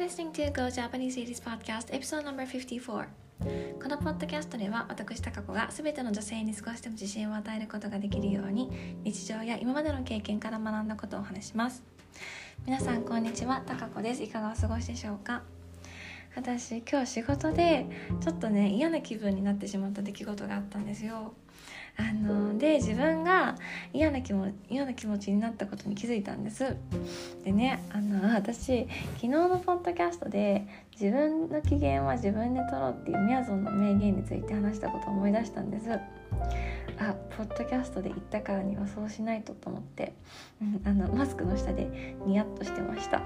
listening to Go Japanese Ladies Podcast Episode No. 54。このポッドキャストでは私タカ子が全ての女性に少しでも自信を与えることができるように日常や今までの経験から学んだことをお話します。皆さんこんにちは、タカ子です。いかがお過ごしでしょうか。私今日仕事でちょっとね嫌な気分になってしまった出来事があったんですよ。で自分が嫌な気持ちになったことに気づいたんです。でね私昨日のポッドキャストで自分の機嫌は自分で取ろうっていうみやぞんの名言について話したことを思い出したんです。ポッドキャストで言ったからにはそうしないとと思って、マスクの下でニヤッとしてました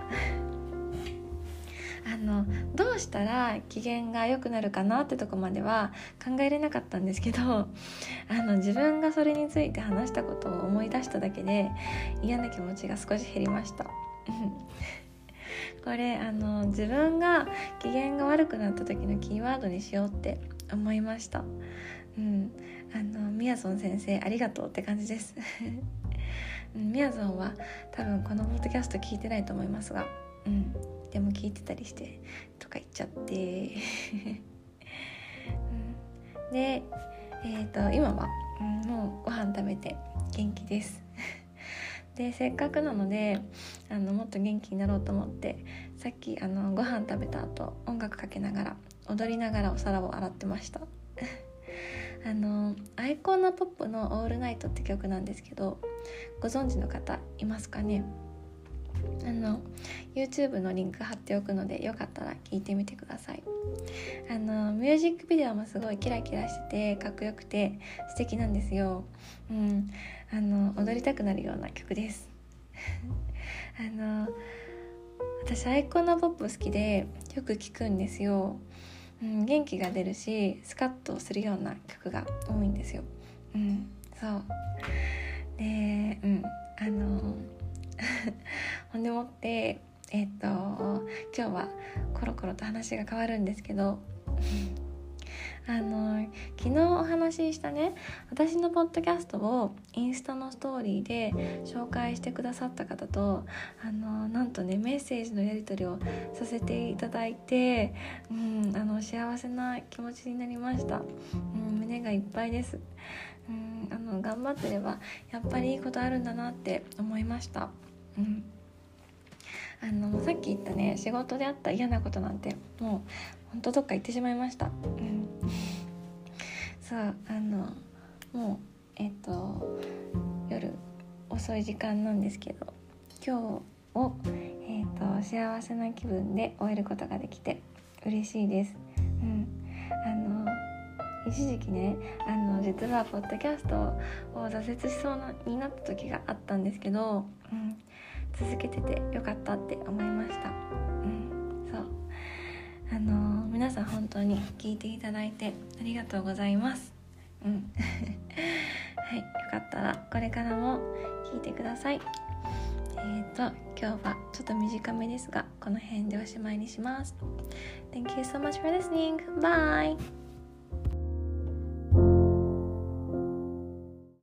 どうしたら機嫌が良くなるかなってとこまでは考えれなかったんですけど自分がそれについて話したことを思い出しただけで嫌な気持ちが少し減りましたこれ自分が機嫌が悪くなった時のキーワードにしようって思いました。みやぞん先生ありがとうって感じですみやぞんは多分このポッドキャスト聞いてないと思いますが、でも聞いてたりしてとか言っちゃってで、今は、もうご飯食べて元気ですでせっかくなのでもっと元気になろうと思ってさっきご飯食べた後音楽かけながら踊りながらお皿を洗ってましたアイコンのポップのオールナイトって曲なんですけどご存知の方いますかね。YouTube のリンク貼っておくのでよかったら聞いてみてください。ミュージックビデオもすごいキラキラしててかっこよくて素敵なんですよ。踊りたくなるような曲です私アイコンのポップ好きでよく聴くんですよ。元気が出るしスカッとするような曲が多いんですよ。そうでほんでもって今日はコロコロと話が変わるんですけど昨日お話ししたね私のポッドキャストをインスタのストーリーで紹介してくださった方となんとねメッセージのやり取りをさせていただいて、幸せな気持ちになりました。胸がいっぱいです。頑張ってればやっぱりいいことあるんだなって思いました。さっき言ったね仕事であった嫌なことなんてもうほんとどっか行ってしまいました。そうもう夜遅い時間なんですけど今日を、幸せな気分で終えることができて嬉しいです。一時期ね実はポッドキャストを挫折しそうになった時があったんですけど、続けててよかったって思いました。そう皆さん本当に聞いていただいてありがとうございます。はい、よかったらこれからも聞いてください。今日はちょっと短めですがこの辺でおしまいにします。Thank you so much for listening. Bye!